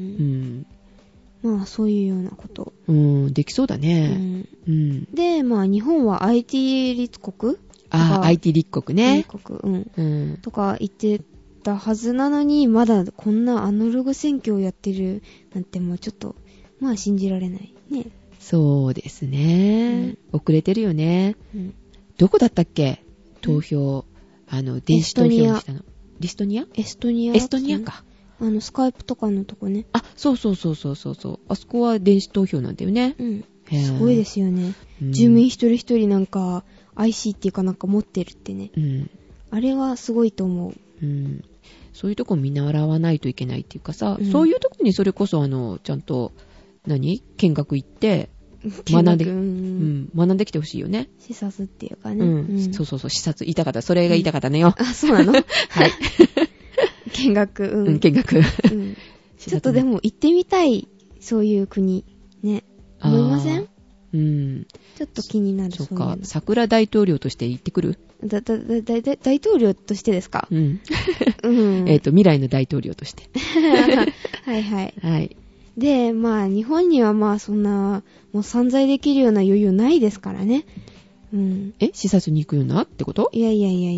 そういうようなこと。 できそうだね。 で、日本は IT 立国 IT 立国ね。 立国、とか言ってたはずなのに、まだこんなアナログ選挙をやってるなんてもうちょっと、信じられないね。 そうですね。遅れてるよね。どこだったっけ？投票、電子投票にしたの。エストニアか。 スカイプとかのとこね。 そう。あそこは電子投票なんだよね。 すごいですよね。住民一人一人なんか IC っていうかなんか持ってるってね。あれはすごいと思う。 そういうとこ見習わないといけないっていうかさ、そういうとこにそれこそちゃんと見学行って学んできてほしいよね。 視察っていうかね。 そう視察言いたかった。それが言いたかったのよ。 そうなの？はい。見学。 見学。 ちょっとでも行ってみたい、そういう国ね。思いません？ちょっと気になる。 そうか。桜大統領として行ってくる？ 大統領としてですか？ 未来の大統領として。 はい。で、日本にはそんな、もう散財できるような余裕ないですからね。 視察に行くようなってこと？ いや。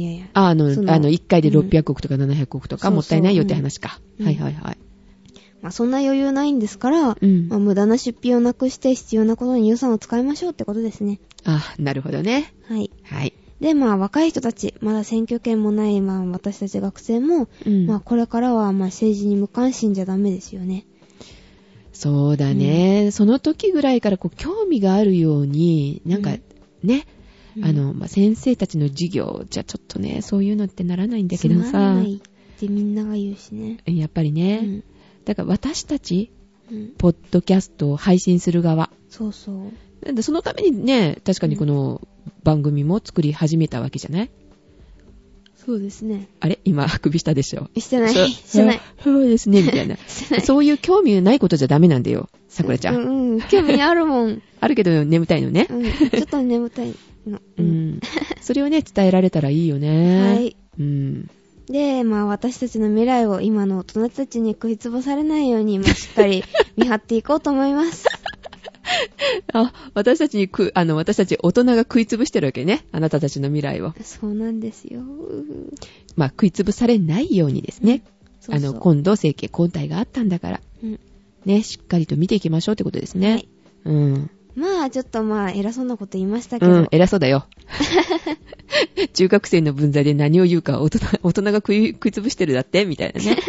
1回で600億とか700億とかもったいないよって話か。はい。 そんな余裕ないんですから、無駄な出費をなくして必要なことに予算を使いましょうってことですね。 なるほどね。 はい。で、若い人たち、まだ選挙権もない、私たち学生も、これからは、政治に無関心じゃダメですよね。 そうだね。その時ぐらいから興味があるように、なんか、ね、先生たちの授業じゃちょっとね、そういうのってならないんだけどさ。 つまらないってみんなが言うしね。 やっぱりね。だから私たち、ポッドキャストを配信する側。 そう。 なんでそのためにね、確かにこの番組も作り始めたわけじゃない？ そうですね。 あれ？今、あくびしたでしょ？ してない。 そうですね、みたいな。そういう興味ないことじゃダメなんだよ、さくらちゃん。 興味あるもん。 あるけど眠たいのね。 ちょっと眠たいの。 それをね、伝えられたらいいよね。 はい。で、私たちの未来を今の大人たちに食いつぼされないように、しっかり見張っていこうと思います。 私たち大人が食いつぶしてるわけね。あなたたちの未来を。 そうなんですよ。 食いつぶされないようにですね。今度政権交代があったんだから。ね、しっかりと見ていきましょうってことですね。 ちょっと偉そうなこと言いましたけど。 偉そうだよ。中学生の分際で何を言うか大人が食いつぶしてるだってみたいなね。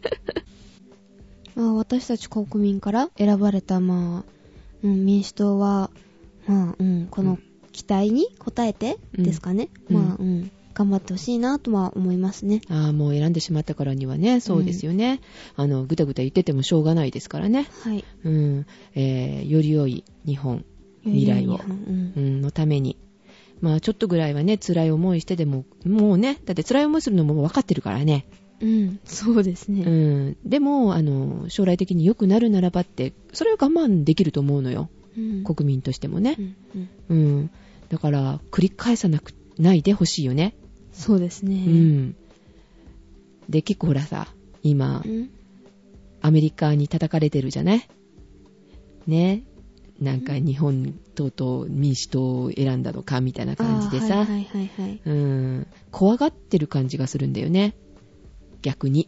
私たち国民から選ばれた民主党はこの期待に応えてですかね。頑頑張ってほしいなとは思いますね。 もう選んでしまったからにはね、そうですよね。ぐだぐだ言っててもしょうがないですからね。 はい。 より良い日本、未来を、のために。まあちょっとぐらいはね、辛い思いしてでも、もうね、だって辛い思いするのも分かってるからね。 そうですね。 でも、将来的に良くなるならばって、それは我慢できると思うのよ。国民としてもね。だから、繰り返さないでほしいよね。 そうですね。 で、結構ほらさ、今、アメリカに叩かれてるじゃないね。なんか日本党と民主党を選んだのかみたいな感じでさ、怖がってる感じがするんだよね。逆に。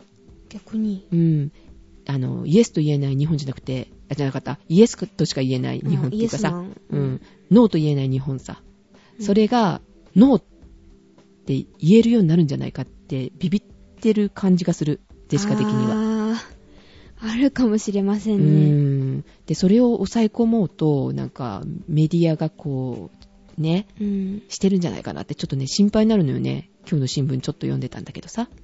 イエスと言えない日本じゃなくて、じゃなかった。イエスとしか言えない日本っていうかさ、ノーと言えない日本さ。それが、ノーって言えるようになるんじゃないかってビビってる感じがする。ジェシカ的には。 あるかもしれませんね。 で、それを抑え込もうと、なんか、メディアがこう、ね、してるんじゃないかなって、ちょっとね、心配になるのよね。今日の新聞ちょっと読んでたんだけどさ。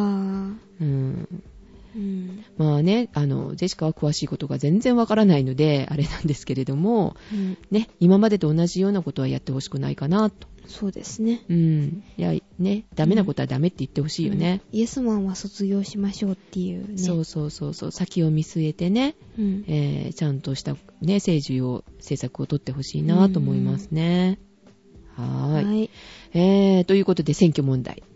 まあね、ジェシカは詳しいことが全然わからないので、あれなんですけれども、ね、今までと同じようなことはやってほしくないかなと。 そうですね。 いや、ね、ダメなことはダメって言ってほしいよね。 イエスマンは卒業しましょうっていうね。 そう、先を見据えてね、ちゃんとした、ね、政策を取ってほしいなと思いますね。はい。ということで、選挙問題。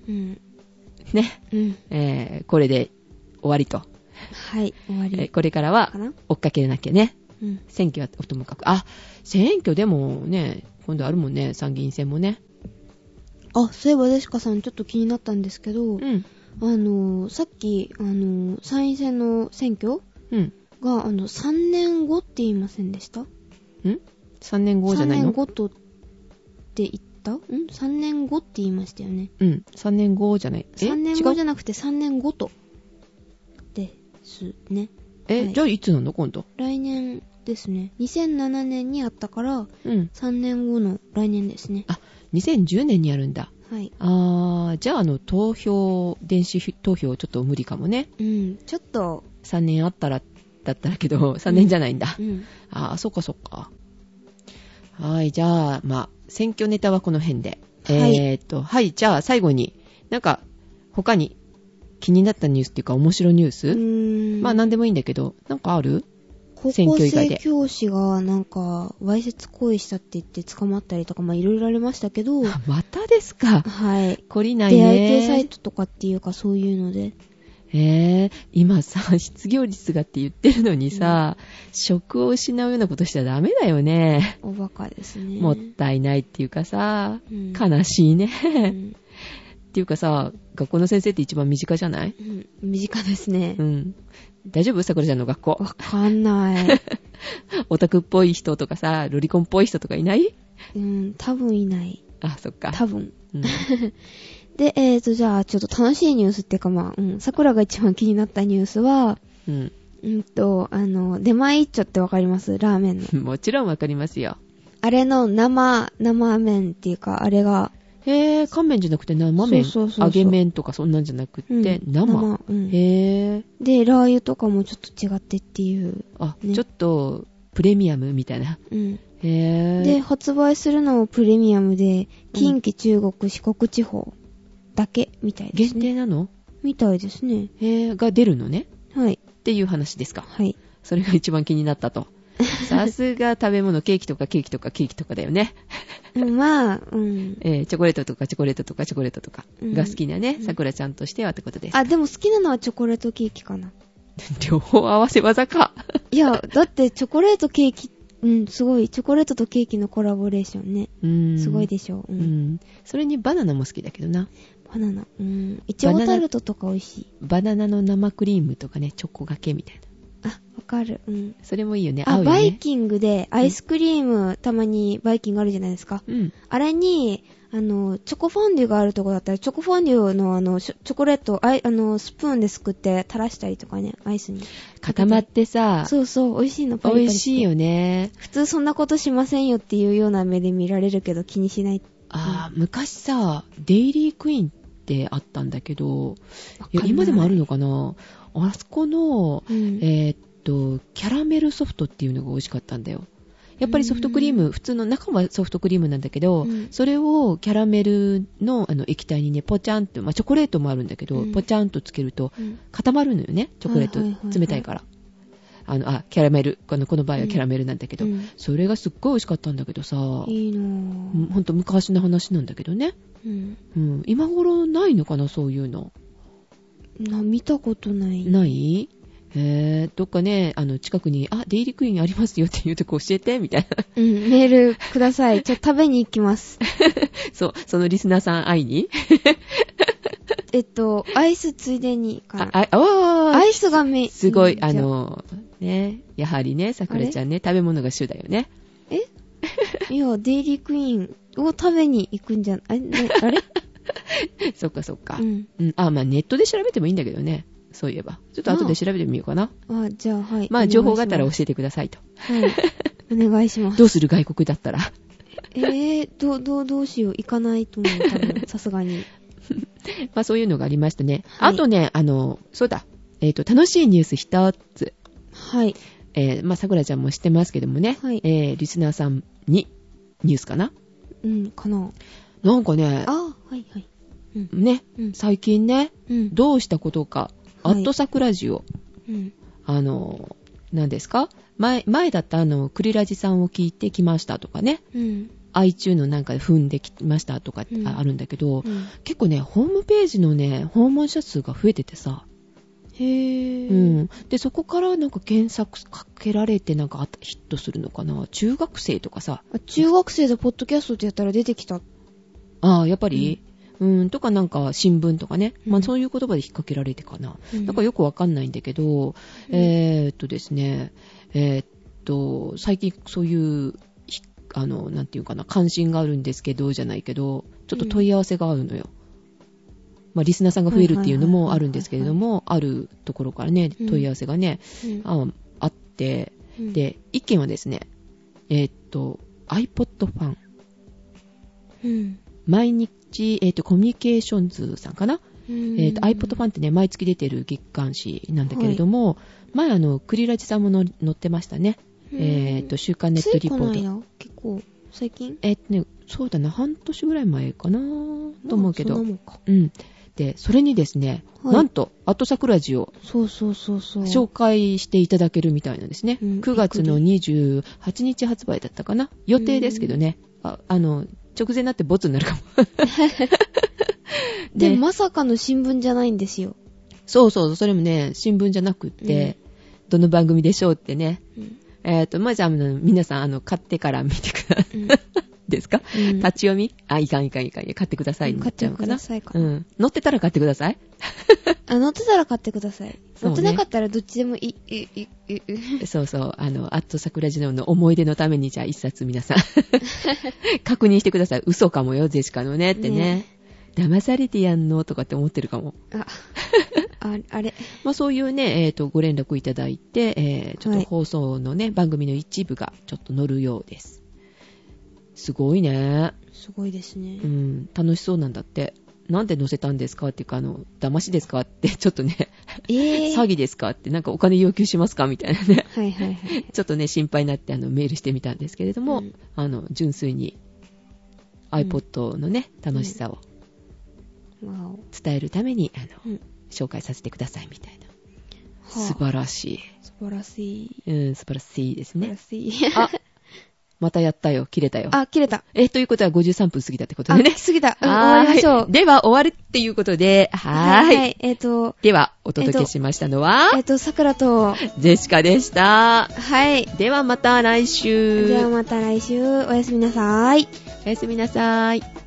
ね。これで終わりと。 はい、終わり。 これからは追っかけなきゃね。選挙はともかく。選挙でもね、今度あるもんね、参議院選もね。 そういえばデシカさんちょっと気になったんですけど、さっき、参院選の選挙が、3年後って言いませんでした？ 3年後じゃないの？ 3年後とって言った？ 3年後って言いましたよね。 3年後じゃない。 3年後じゃなくて3年後と。ですね。 じゃあいつなの今度？ 来年ですね。2007年にあったから、3年後の来年ですね。 2010年にやるんだ。 はい。 じゃあ電子投票ちょっと無理かもね。 ちょっと。 3年だったらけど、3年じゃないんだ。そっか。はい、じゃあ、選挙ネタはこの辺で。はい、じゃあ最後に、なんか、他に気になったニュースっていうか面白いニュース？なんでもいいんだけど、なんかある？選挙以外で。 高校生教師がなんか、わいせつ行為したって言って捕まったりとか、いろいろありましたけど。 またですか？ はい。 懲りないね。 出会い系サイトとかっていうか、そういうので。 今さ、失業率がって言ってるのにさ、職を失うようなことしちゃダメだよね。 おバカですね。 もったいないっていうかさ、悲しいね。っていうかさ、学校の先生って一番身近じゃない？ 身近ですね。 大丈夫？さくらちゃんの学校。 わかんない。 オタクっぽい人とかさ、ロリコンっぽい人とかいない？ 多分いない。 そっか。 多分。で、じゃあ、ちょっと楽しいニュースっていうかさくらが一番気になったニュースは、出前一丁ってわかります？ラーメンの。 もちろんわかりますよ。 あれの生麺っていうか、あれが、 乾麺じゃなくて生麺。揚げ麺とかそんなんじゃなくて、生。で、 ラー油とかもちょっと違ってっていう。 ちょっと、プレミアムみたいな。 で、発売するのもプレミアムで、近畿、中国、四国地方だけみたいですね。 限定なの？みたいですね。 が出るのね。 はい。 っていう話ですか？ はい。 それが一番気になったと。さすが食べ物、ケーキとかだよね。チョコレートとかが好きなね、さくらちゃんとしてはってことです。 でも好きなのはチョコレートケーキかな。 両方合わせ技か。 いや、だってチョコレートケーキ、すごい、チョコレートとケーキのコラボレーションね。すごいでしょ。 それにバナナも好きだけどな。 バナナ。いちごタルトとか美味しい。 バナナの生クリームとかね、チョコがけみたいな。 わかる。 それもいいよね。合うよね。 バイキングでアイスクリーム、たまにバイキングあるじゃないですか。あれに、チョコフォンデュがあるとこだったら、チョコフォンデュのチョコレートスプーンですくって垂らしたりとかね、アイスに。 固まってさ。 そう、美味しいの、 美味しいよね。 普通そんなことしませんよっていうような目で見られるけど気にしないっ昔さ、デイリークイーンってあったんだけど、いや今でもあるのかな。あそこの、キャラメルソフトっていうのが美味しかったんだよ。やっぱりソフトクリーム、普通の中はソフトクリームなんだけど、それをキャラメルの液体にね、ポチャンって、チョコレートもあるんだけど、ポチャンとつけると固まるのよね、チョコレート、冷たいから。キャラメル、この場合はキャラメルなんだけど、それがすっごい美味しかったんだけどさ、 いいなぁ。 ほんと昔の話なんだけどね。今頃ないのかな、そういうの。 見たことない。 ない？どっかね、近くに、デイリークイーンありますよっていうとこ教えて、みたいな。 メールください。食べに行きます。 そう、そのリスナーさん会いにアイスついでにかな。 アイスがすごい、ね、やはりね、さくらちゃんね、食べ物が主だよね。 いや、デイリークイーンを食べに行くんじゃ、あれそっかそっか。ネットで調べてもいいんだけどね。そういえば。ちょっと後で調べてみようかな。 じゃあ、はい。 情報があったら教えてくださいと。 はい。お願いします。 どうする外国だったら。 どうしよう。行かないと思う。多分、さすがに。 そういうのがありましたね。あとね、そうだ。楽しいニュース一つ。 はい。 さくらちゃんも知ってますけどもね。はい。リスナーさんにニュースかな？ かな。 なんかね。 はいはい。 ね、最近ね、どうしたことか。さくらジオ。何ですか？前だったクリラジさんを聞いてきましたとかね。iTunes のなんかで踏んできましたとかってあるんだけど、結構ね、ホームページのね、訪問者数が増えててさ。で、そこからなんか検索かけられてなんかヒットするのかな。中学生とかさ。 中学生でポッドキャストってやったら出てきた。 やっぱり、とかなんか新聞とかね。そういう言葉で引っ掛けられてかな。なんかよくわかんないんだけど、ですね、最近そういう、なんていうかな、関心があるんですけど、じゃないけど、ちょっと問い合わせがあるのよ。リスナーさんが増えるっていうのもあるんですけれども、あるところからね、問い合わせがね、あって、で、一件はですね、iPod ファン。毎日、コミュニケーションズさんかな。iPod ファンってね、毎月出てる月刊誌なんだけれども、前クリラジさんも載ってましたね。週刊ネットリポート。 結構、最近？ そうだな、半年ぐらい前かなと思うけど。で、それにですね、なんと、さくらジを紹介していただけるみたいなんですね。9月の28日発売だったかな。予定ですけどね。直前になってボツになるかも。 でもまさかの新聞じゃないんですよ。 そう、それもね、新聞じゃなくって、どの番組でしょうってね。じゃあ、皆さん、買ってから見てください。ですか？立ち読み？いかん。買ってください。 買ってくださいかな。 載ってたら買ってください。 載ってたら買ってください。載ってなかったらどっちでもいい。 そう、桜ジオの思い出のために、じゃあ一冊皆さん、確認してください。嘘かもよ、ジェシカのねってね。騙されてやんのとかって思ってるかも。 あれ。 そういうね、ご連絡いただいて、ちょっと放送のね、番組の一部がちょっと載るようです。すごいね。 すごいですね。 楽しそうなんだって。なんで載せたんですかっていうか、騙しですかってちょっとね、詐欺ですかってなんかお金要求しますかみたいなね。ちょっとね、心配になってメールしてみたんですけれども、純粋に iPod のね、楽しさを伝えるために、紹介させてくださいみたいな。素晴らしい。 素晴らしい。素晴らしいですね。 素晴らしい。 またやったよ。切れたよ。 切れた。 ということは53分過ぎたってことでね。 過ぎた。終わりましょう。 では、終わるっていうことで、はい。では、お届けしましたのは、 さくらと、 ジェシカでした。 はい。 では、また来週。 おやすみなさい。 おやすみなさい。